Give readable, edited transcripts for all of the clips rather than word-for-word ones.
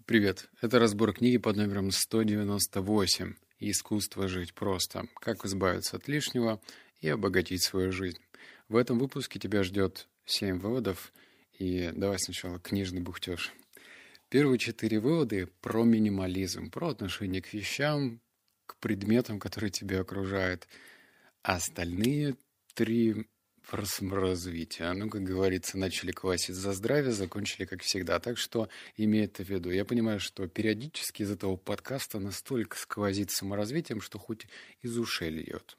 Привет, это разбор книги под номером 198 «Искусство жить просто. Как избавиться от лишнего и обогатить свою жизнь». В этом выпуске тебя ждет 7 выводов, и давай сначала книжный бухтеж. Первые 4 вывода про минимализм, про отношение к вещам, к предметам, которые тебя окружают. А остальные 3 про саморазвитие. Ну, как говорится, начали квасить за здравие, закончили как всегда. Так что имей это в виду. Я понимаю, что периодически из этого подкаста настолько сквозит саморазвитием, что хоть из ушей льет.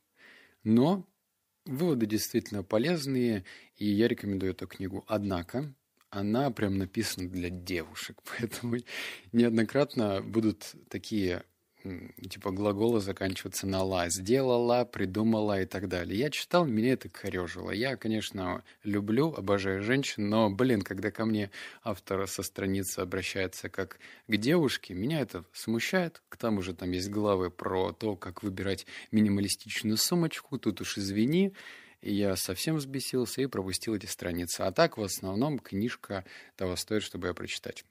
Но выводы действительно полезные, и я рекомендую эту книгу. Однако она прям написана для девушек, поэтому неоднократно будут такие типа глаголы заканчиваться на «ла». Сделала, придумала и так далее. Я читал, меня это корежило. Я, конечно, люблю, обожаю женщин, но, когда ко мне автор со страницы обращается как к девушке, меня это смущает. К тому же там есть главы про то, как выбирать минималистичную сумочку. Тут уж извини, и я совсем взбесился и пропустил эти страницы. А так, в основном, книжка того стоит, чтобы ее прочитать.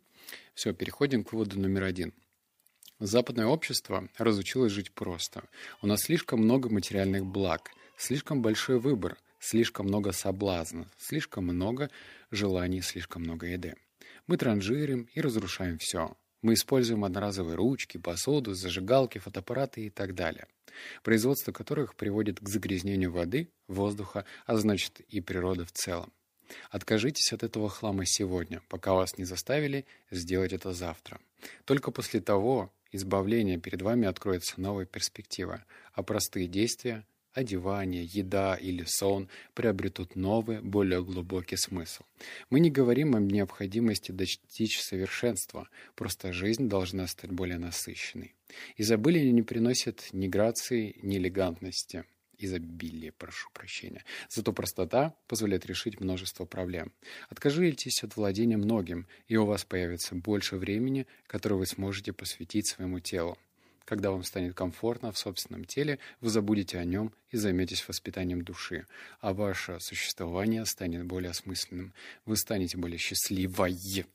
Все, переходим к выводу номер 1. Западное общество разучилось жить просто. У нас слишком много материальных благ, слишком большой выбор, слишком много соблазнов, слишком много желаний, слишком много еды. Мы транжирим и разрушаем все. Мы используем одноразовые ручки, посуду, зажигалки, фотоаппараты и так далее, производство которых приводит к загрязнению воды, воздуха, а значит и природы в целом. Откажитесь от этого хлама сегодня, пока вас не заставили сделать это завтра. Только после того избавления перед вами откроется новая перспектива, а простые действия, одевание, еда или сон приобретут новый, более глубокий смысл. Мы не говорим о необходимости достичь совершенства, просто жизнь должна стать более насыщенной. Изобилие не приносит ни грации, ни элегантности. Изобилие, прошу прощения. Зато простота позволяет решить множество проблем. Откажитесь от владения многим, и у вас появится больше времени, которое вы сможете посвятить своему телу. Когда вам станет комфортно в собственном теле, вы забудете о нем и займетесь воспитанием души, а ваше существование станет более осмысленным. Вы станете более счастливой.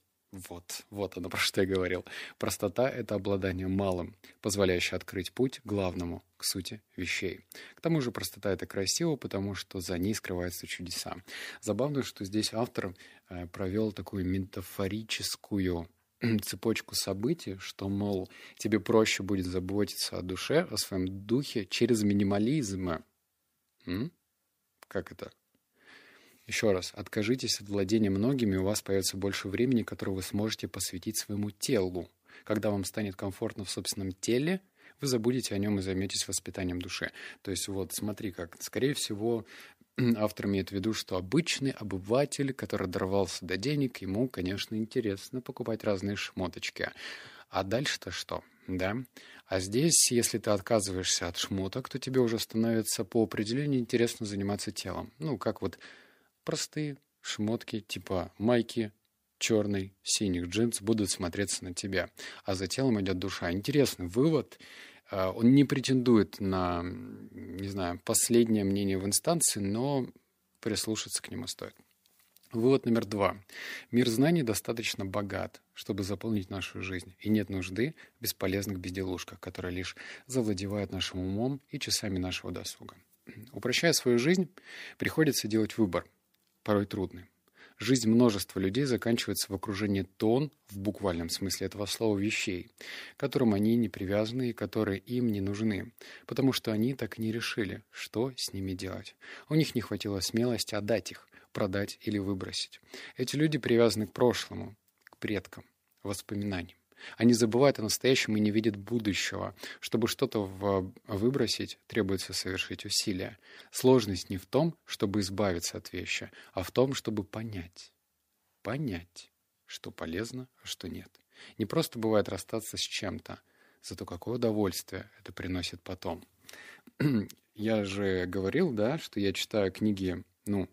Вот оно, про что я говорил. Простота — это обладание малым, позволяющее открыть путь к главному, к сути вещей. К тому же простота — это красиво, потому что за ней скрываются чудеса. Забавно, что здесь автор провел такую метафорическую цепочку событий, что, мол, тебе проще будет заботиться о душе, о своем духе через минимализм. Как это? Еще раз, откажитесь от владения многими, и у вас появится больше времени, которое вы сможете посвятить своему телу. Когда вам станет комфортно в собственном теле, вы забудете о нем и займетесь воспитанием души. То есть вот смотри как, скорее всего, автор имеет в виду, что обычный обыватель, который дорвался до денег, ему, конечно, интересно покупать разные шмоточки. А дальше-то что? Да? А здесь, если ты отказываешься от шмоток, то тебе уже становится по определению интересно заниматься телом. Ну, как вот простые шмотки, типа майки, черный, синих джинс будут смотреться на тебя, а за телом идет душа. Интересный вывод. Он не претендует на, не знаю, последнее мнение в инстанции, но прислушаться к нему стоит. Вывод номер 2. Мир знаний достаточно богат, чтобы заполнить нашу жизнь, и нет нужды в бесполезных безделушках, которые лишь завладевают нашим умом и часами нашего досуга. Упрощая свою жизнь, приходится делать выбор, порой трудный. Жизнь множества людей заканчивается в окружении тонн, в буквальном смысле этого слова, вещей, к которым они не привязаны и которые им не нужны, потому что они так и не решили, что с ними делать. У них не хватило смелости отдать их, продать или выбросить. Эти люди привязаны к прошлому, к предкам, воспоминаниям. Они забывают о настоящем и не видят будущего. Чтобы что-то выбросить, требуется совершить усилия. Сложность не в том, чтобы избавиться от вещи, а в том, чтобы понять, что полезно, а что нет. Не просто бывает расстаться с чем-то, зато какое удовольствие это приносит потом. Я же говорил, да, что я читаю книги,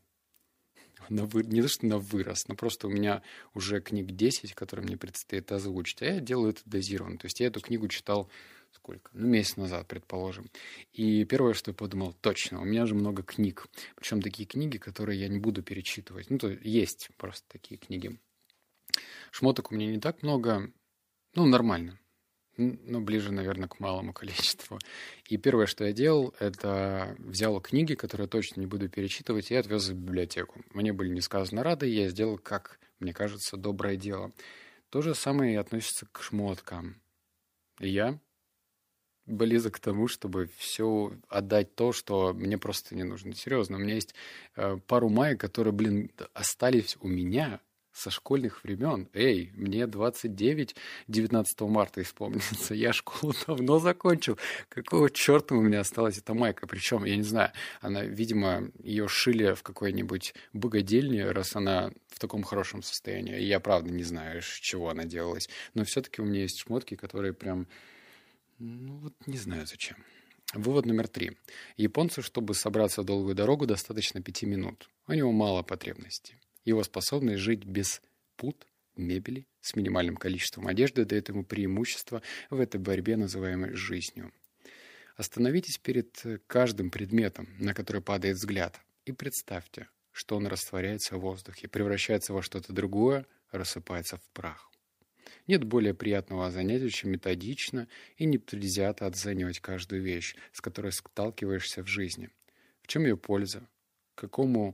не то что на вырост, но просто у меня уже книг 10, которые мне предстоит озвучить, а я делаю это дозированно. То есть я эту книгу читал сколько? Месяц назад, предположим. И первое, что я подумал, точно, у меня же много книг. Причем такие книги, которые я не буду перечитывать. То есть просто такие книги. Шмоток у меня не так много. Ну, нормально. Ну, ближе, наверное, к малому количеству. И первое, что я делал, это взял книги, которые точно не буду перечитывать, и отвез в библиотеку. Мне были несказанно рады, и я сделал, как мне кажется, доброе дело. То же самое и относится к шмоткам. И я близок к тому, чтобы все отдать то, что мне просто не нужно. Серьезно, у меня есть пару маек, которые, остались у меня со школьных времен. Эй, мне 29, 19 марта исполнится. Я школу давно закончил. Какого черта у меня осталась эта майка? Причем, я не знаю, она, видимо, ее шили в какой-нибудь богадельне, раз она в таком хорошем состоянии. Я, правда, не знаю, из чего она делалась. Но все-таки у меня есть шмотки, которые прям ну вот не знаю зачем. Вывод номер 3. Японцу, чтобы собраться в долгую дорогу, достаточно 5 минут. У него мало потребностей. Его способность жить без пут, мебели, с минимальным количеством одежды дает ему преимущество в этой борьбе, называемой жизнью. Остановитесь перед каждым предметом, на который падает взгляд, и представьте, что он растворяется в воздухе, превращается во что-то другое, рассыпается в прах. Нет более приятного занятия, чем методично и непредвзято оценивать каждую вещь, с которой сталкиваешься в жизни. В чем ее польза? К какому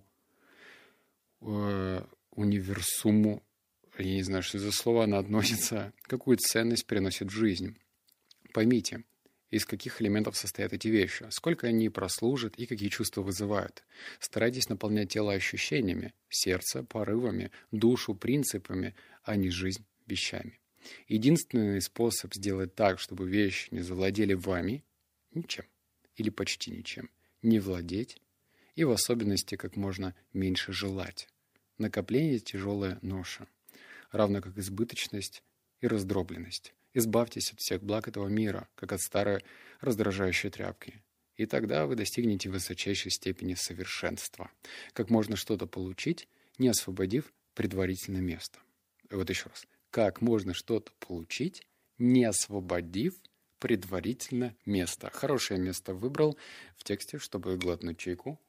универсуму, я не знаю, что за слово она относится, какую ценность приносит в жизнь? Поймите, из каких элементов состоят эти вещи, сколько они прослужат и какие чувства вызывают. Старайтесь наполнять тело ощущениями, сердце порывами, душу принципами, а не жизнь вещами. Единственный способ сделать так, чтобы вещи не завладели вами — ничем или почти ничем. Не владеть и в особенности как можно меньше желать. Накопление — тяжелая ноша, равно как избыточность и раздробленность. Избавьтесь от всех благ этого мира, как от старой раздражающей тряпки. И тогда вы достигнете высочайшей степени совершенства. Как можно что-то получить, не освободив предварительно место. Вот еще раз. Как можно что-то получить, не освободив предварительно место. Хорошее место выбрал в тексте, чтобы глотнуть чайку.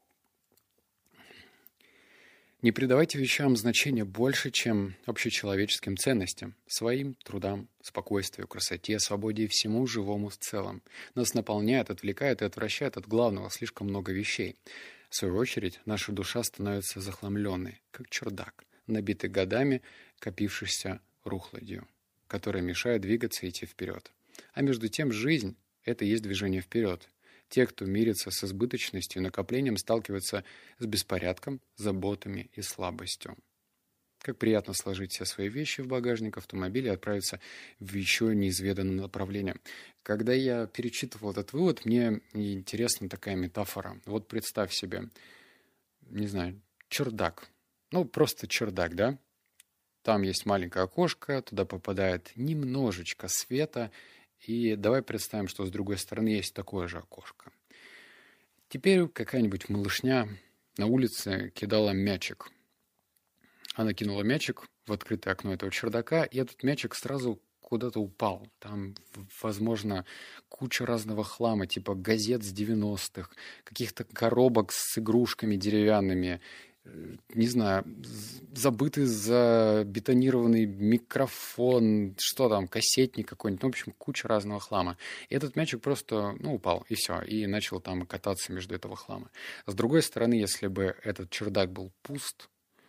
Не придавайте вещам значения больше, чем общечеловеческим ценностям, своим трудам, спокойствию, красоте, свободе и всему живому в целом. Нас наполняет, отвлекает и отвращает от главного слишком много вещей. В свою очередь, наша душа становится захламленной, как чердак, набитый годами копившейся рухлядью, которая мешает двигаться и идти вперед. А между тем жизнь — это и есть движение вперед. Те, кто мирится с избыточностью и накоплением, сталкиваются с беспорядком, заботами и слабостью. Как приятно сложить все свои вещи в багажник автомобиля и отправиться в еще неизведанное направление. Когда я перечитывал этот вывод, мне интересна такая метафора. Вот представь себе, не знаю, чердак. Ну, просто чердак, да? Там есть маленькое окошко, туда попадает немножечко света, и давай представим, что с другой стороны есть такое же окошко. Теперь какая-нибудь малышня на улице кидала мячик. Она кинула мячик в открытое окно этого чердака, и этот мячик сразу куда-то упал. Там, возможно, куча разного хлама, типа газет с 90-х, каких-то коробок с игрушками деревянными, не знаю, забытый забетонированный микрофон, что там, кассетник какой-нибудь, ну, в общем, куча разного хлама. И этот мячик просто, упал, и все, и начал там кататься между этого хлама. С другой стороны, если бы этот чердак был пуст,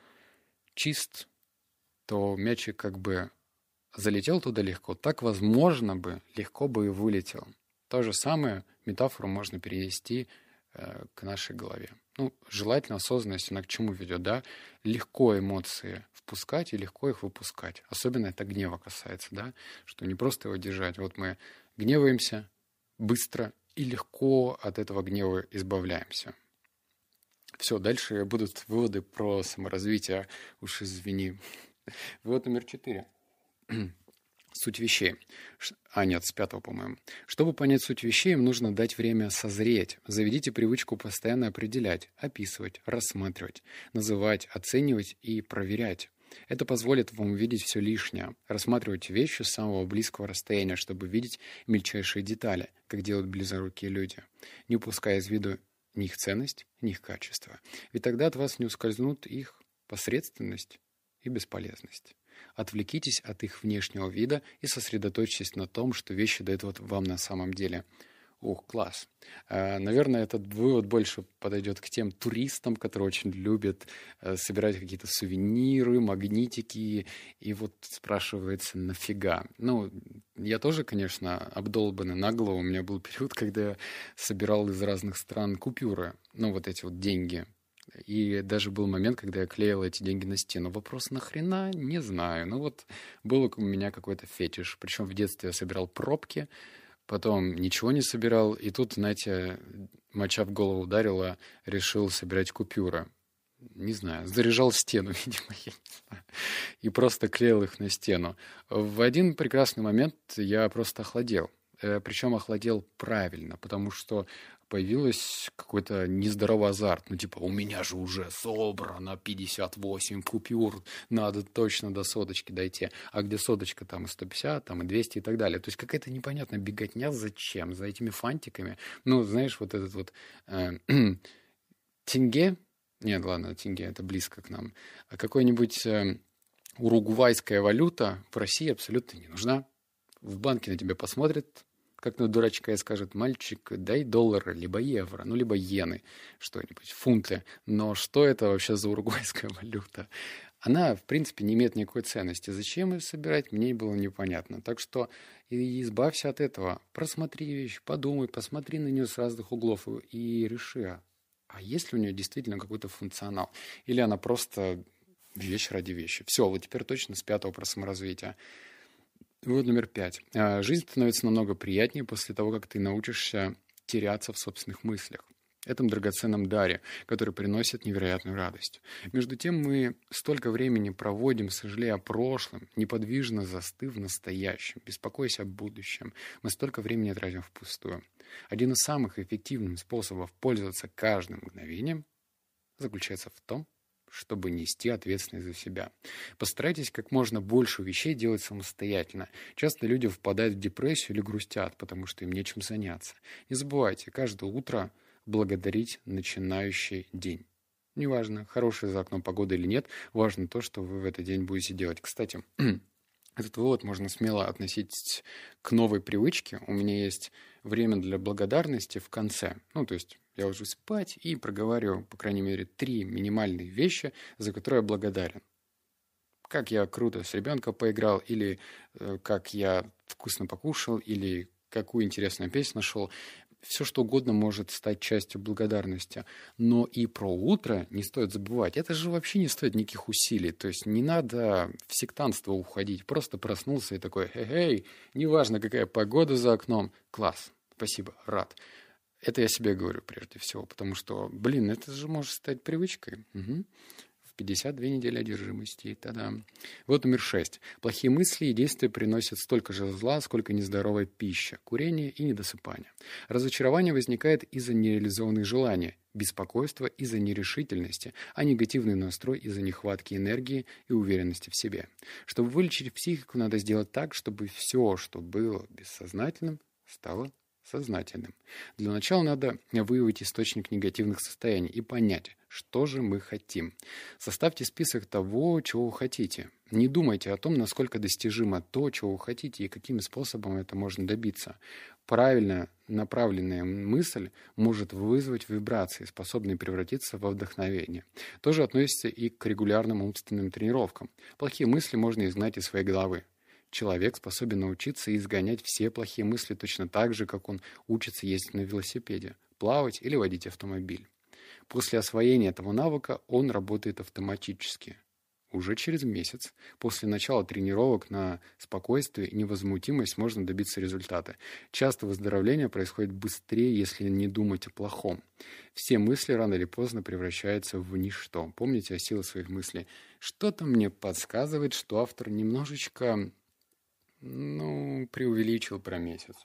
чист, то мячик как бы залетел туда легко, так, возможно, легко бы и вылетел. То же самое метафору можно перенести к нашей голове. Желательно осознанность, она к чему ведет, да? Легко эмоции впускать и легко их выпускать. Особенно это гнева касается, да? Что не просто его держать. Вот мы гневаемся быстро и легко от этого гнева избавляемся. Все, дальше будут выводы про саморазвитие. Уж извини. Вывод номер 4. Суть вещей. Нет, с 5, по-моему. Чтобы понять суть вещей, им нужно дать время созреть. Заведите привычку постоянно определять, описывать, рассматривать, называть, оценивать и проверять. Это позволит вам увидеть все лишнее, рассматривать вещи с самого близкого расстояния, чтобы видеть мельчайшие детали, как делают близорукие люди, не упуская из виду ни их ценность, ни их качество. Ведь тогда от вас не ускользнут их посредственность и бесполезность. Отвлекитесь от их внешнего вида и сосредоточьтесь на том, что вещи дают вот вам на самом деле. Ух, класс. Наверное, этот вывод больше подойдет к тем туристам, которые очень любят собирать какие-то сувениры, магнитики, и вот спрашивается, нафига? Ну, я тоже, конечно, обдолбанный нагло. У меня был период, когда я собирал из разных стран купюры, ну, вот эти вот деньги. И даже был момент, когда я клеил эти деньги на стену. Вопрос, нахрена? Не знаю. Ну вот был у меня какой-то фетиш. Причем в детстве я собирал пробки, потом ничего не собирал, и тут, знаете, моча в голову ударила, решил собирать купюры. Не знаю, заряжал стену, видимо, я не знаю, и просто клеил их на стену. В один прекрасный момент я просто охладел. Причем охладел правильно, потому что появился какой-то нездоровый азарт. Ну, типа, у меня же уже собрано 58 купюр, надо точно до соточки дойти. А где соточка, там и 150, там и 200 и так далее. То есть какая-то непонятная беготня. Зачем? За этими фантиками. Ну, знаешь, вот этот вот тенге. Нет, ладно, тенге, это близко к нам. А какой-нибудь уругвайская валюта в России абсолютно не нужна. В банке на тебя посмотрят, как на дурачка, и скажет: мальчик, дай доллары, либо евро, ну, либо иены, что-нибудь, фунты. Но что это вообще за уругвайская валюта? Она, в принципе, не имеет никакой ценности. Зачем ее собирать, мне было непонятно. Так что избавься от этого. Просмотри вещь, подумай, посмотри на нее с разных углов и реши, а есть ли у нее действительно какой-то функционал? Или она просто вещь ради вещи? Все, вот теперь точно с 5-го про саморазвитие. Вывод номер 5. Жизнь становится намного приятнее после того, как ты научишься теряться в собственных мыслях. Этом драгоценном даре, который приносит невероятную радость. Между тем мы столько времени проводим, сожалея о прошлом, неподвижно застыв в настоящем, беспокоясь о будущем. Мы столько времени тратим впустую. Один из самых эффективных способов пользоваться каждым мгновением заключается в том, чтобы нести ответственность за себя. Постарайтесь как можно больше вещей делать самостоятельно. Часто люди впадают в депрессию или грустят, потому что им нечем заняться. Не забывайте каждое утро благодарить начинающий день. Неважно, хорошая за окном погода или нет, важно то, что вы в этот день будете делать. Кстати, этот вывод можно смело относить к новой привычке. У меня есть время для благодарности в конце. Ну, то есть я ложусь спать и проговариваю, по крайней мере, 3 минимальные вещи, за которые я благодарен. Как я круто с ребенком поиграл, или как я вкусно покушал, или какую интересную песню нашел. Все, что угодно может стать частью благодарности. Но и про утро не стоит забывать. Это же вообще не стоит никаких усилий. То есть не надо в сектантство уходить. Просто проснулся и такой: «Хей, неважно, какая погода за окном. Класс, спасибо, рад». Это я себе говорю прежде всего, потому что, это же может стать привычкой. Угу. 52 недели одержимости. Та-дам. Вот номер 6. Плохие мысли и действия приносят столько же зла, сколько нездоровая пища, курение и недосыпание. Разочарование возникает из-за нереализованных желаний, беспокойство из-за нерешительности, а негативный настрой из-за нехватки энергии и уверенности в себе. Чтобы вылечить психику, надо сделать так, чтобы все, что было бессознательным, стало сознательным. Для начала надо выявить источник негативных состояний и понять, что же мы хотим. Составьте список того, чего вы хотите. Не думайте о том, насколько достижимо то, чего вы хотите, и какими способами это можно добиться. Правильно направленная мысль может вызвать вибрации, способные превратиться во вдохновение. Тоже относится и к регулярным умственным тренировкам. Плохие мысли можно изгнать из своей головы. Человек способен научиться изгонять все плохие мысли точно так же, как он учится ездить на велосипеде, плавать или водить автомобиль. После освоения этого навыка он работает автоматически. Уже через месяц, после начала тренировок на спокойствие и невозмутимость, можно добиться результата. Часто выздоровление происходит быстрее, если не думать о плохом. Все мысли рано или поздно превращаются в ничто. Помните о силе своих мыслей. Что-то мне подсказывает, что автор немножечко преувеличил про месяц.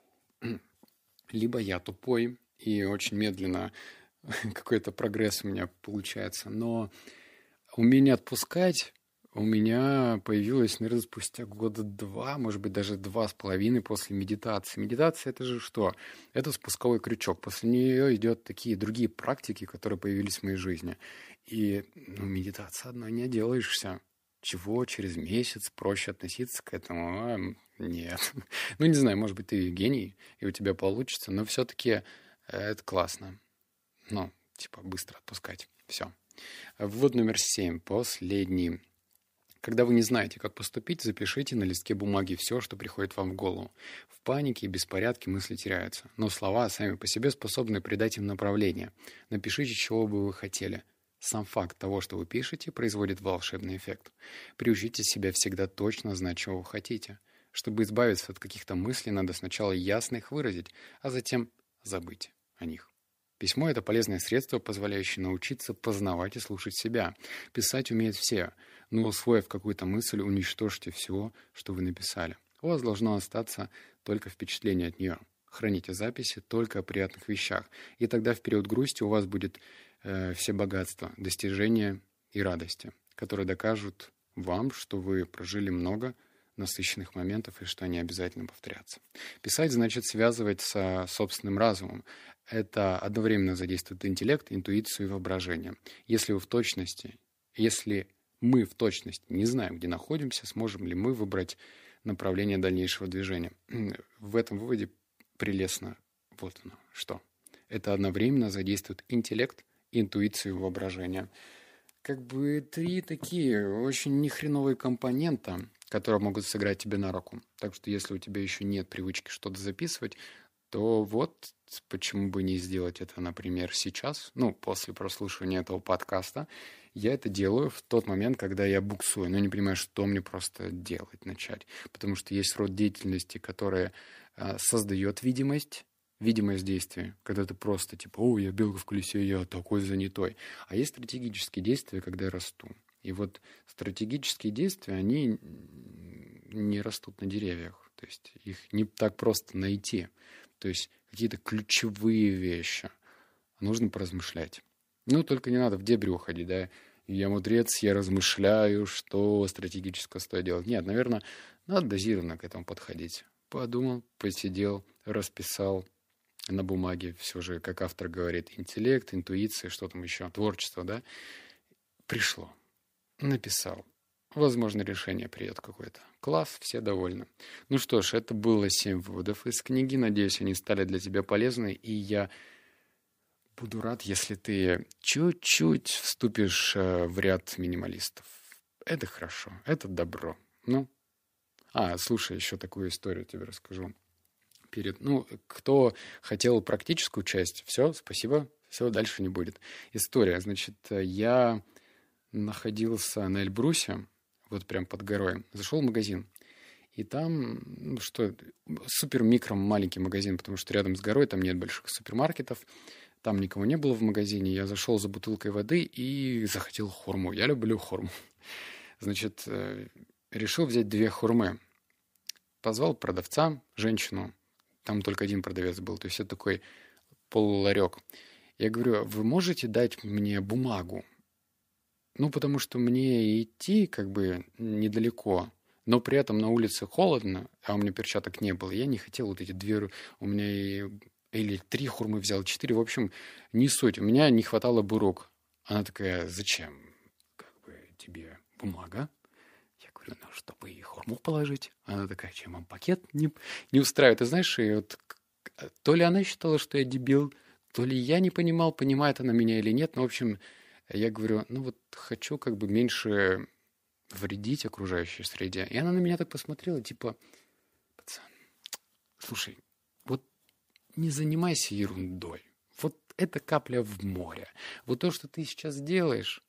Либо я тупой и очень медленно какой-то прогресс у меня получается. Но умение отпускать у меня появилось, наверное, спустя 2 года, может быть, даже 2,5 после медитации. Медитация — это же что? Это спусковой крючок. После нее идет такие другие практики, которые появились в моей жизни. И медитация одной не отделаешься. чего через месяц проще относиться к этому? Нет. Ну, не знаю, может быть, ты гений, и у тебя получится, но все-таки это классно. Ну, типа, быстро отпускать. Все. Вывод номер 7. Последний. Когда вы не знаете, как поступить, запишите на листке бумаги все, что приходит вам в голову. В панике и беспорядке мысли теряются, но слова сами по себе способны придать им направление. Напишите, чего бы вы хотели. Сам факт того, что вы пишете, производит волшебный эффект. Приучите себя всегда точно знать, чего вы хотите. Чтобы избавиться от каких-то мыслей, надо сначала ясно их выразить, а затем забыть о них. Письмо — это полезное средство, позволяющее научиться познавать и слушать себя. Писать умеют все, но, усвоив какую-то мысль, уничтожьте все, что вы написали. У вас должно остаться только впечатление от нее. Храните записи только о приятных вещах, и тогда в период грусти у вас будет все богатства, достижения и радости, которые докажут вам, что вы прожили много насыщенных моментов и что они обязательно повторятся. Писать значит связывать со собственным разумом. Это одновременно задействует интеллект, интуицию и воображение. Если мы в точности не знаем, где находимся, сможем ли мы выбрать направление дальнейшего движения. В этом выводе прелестно вот оно что. Это одновременно задействует интеллект, интуицию и воображение. Как бы 3 такие очень нехреновые компонента, которые могут сыграть тебе на руку. Так что если у тебя еще нет привычки что-то записывать, то вот почему бы не сделать это, например, сейчас, после прослушивания этого подкаста. Я это делаю в тот момент, когда я буксую, но не понимаю, что мне просто делать, начать. Потому что есть род деятельности, которая создает видимость действия, когда ты просто типа, я белка в колесе, я такой занятой. А есть стратегические действия, когда я расту. И вот стратегические действия, они не растут на деревьях. То есть их не так просто найти. То есть какие-то ключевые вещи нужно поразмышлять. Только не надо в дебри уходить, да. Я мудрец, я размышляю, что стратегическое стоит делать. Нет, наверное, надо дозированно к этому подходить. Подумал, посидел, расписал на бумаге. Все же, как автор говорит, интеллект, интуиция, что там еще, творчество, да. Пришло. Написал. Возможно, решение придет какое-то. Класс, все довольны. Ну что ж, это было 7 выводов из книги. Надеюсь, они стали для тебя полезны. И я буду рад, если ты чуть-чуть вступишь в ряд минималистов. Это хорошо, это добро. Слушай, еще такую историю тебе расскажу. Кто хотел практическую часть, все, спасибо, все, дальше не будет. История, значит, я находился на Эльбрусе, вот прям под горой, зашел в магазин, и там, супер-микро маленький магазин, потому что рядом с горой там нет больших супермаркетов, там никого не было в магазине, я зашел за бутылкой воды и захотел хурму. Я люблю хурму. Значит, решил взять 2 хурмы. Позвал продавца, женщину, там только один продавец был, то есть это такой полуларек. Я говорю, вы можете дать мне бумагу? Потому что мне идти недалеко, но при этом на улице холодно, а у меня перчаток не было. Я не хотел вот эти 2, у меня или 3 хурмы взял, 4, в общем, не суть. У меня не хватало бурок. Она такая, зачем тебе бумага? Я говорю, чтобы и хурму положить. Она такая, чем вам пакет не устраивает? Ты знаешь, и вот то ли она считала, что я дебил, то ли я не понимал, понимает она меня или нет. В общем, я говорю, хочу меньше вредить окружающей среде. И она на меня так посмотрела, типа, пацан, слушай, вот не занимайся ерундой. Вот это капля в море. Вот то, что ты сейчас делаешь.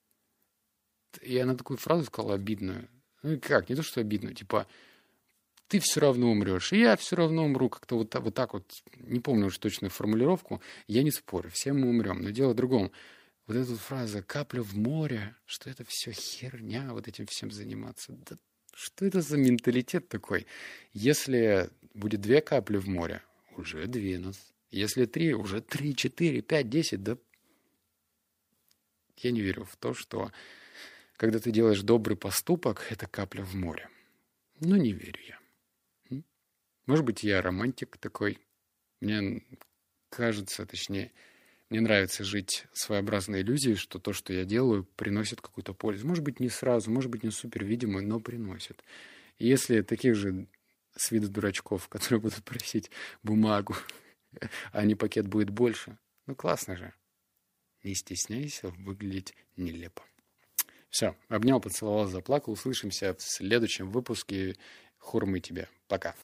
И она такую фразу сказала обидную. Не то, что обидную, типа, ты все равно умрешь, и я все равно умру. Как-то вот так вот, не помню уже точную формулировку. Я не спорю, все мы умрем. Но дело в другом. Вот эта фраза «капля в море», что это все херня, вот этим всем заниматься. Да что это за менталитет такой? Если будет 2 капли в море, уже 2 нас. Если 3, уже 3, 4, 5, 10, да. Я не верю в то, что когда ты делаешь добрый поступок, это капля в море. Не верю я. Может быть, я романтик такой. Мне кажется, точнее, Мне нравится жить своеобразной иллюзией, что то, что я делаю, приносит какую-то пользу. Может быть, не сразу, может быть, не супер видимую, но приносит. И если таких же с виду дурачков, которые будут просить бумагу, а не пакет, будет больше, ну классно же. Не стесняйся выглядеть нелепо. Все, обнял, поцеловал, заплакал. Услышимся в следующем выпуске. Хурмы тебе. Пока.